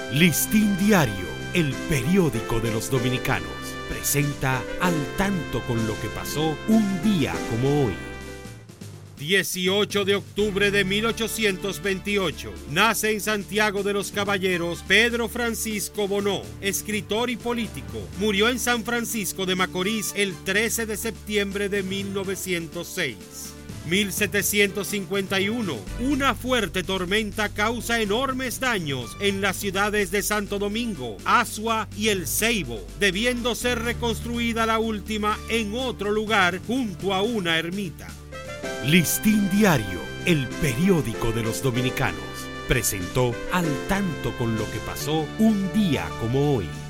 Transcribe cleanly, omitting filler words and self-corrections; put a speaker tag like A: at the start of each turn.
A: Listín Diario, el periódico de los dominicanos, presenta Al tanto con lo que pasó un día como hoy. 18 de octubre de 1828, nace en Santiago de los Caballeros Pedro Francisco Bonó, escritor y político. Murió en San Francisco de Macorís el 13 de septiembre de 1906. 1751, una fuerte tormenta causa enormes daños en las ciudades de Santo Domingo, Azua y El Ceibo, debiendo ser reconstruida la última en otro lugar junto a una ermita. Listín Diario, el periódico de los dominicanos, presentó Al tanto con lo que pasó un día como hoy.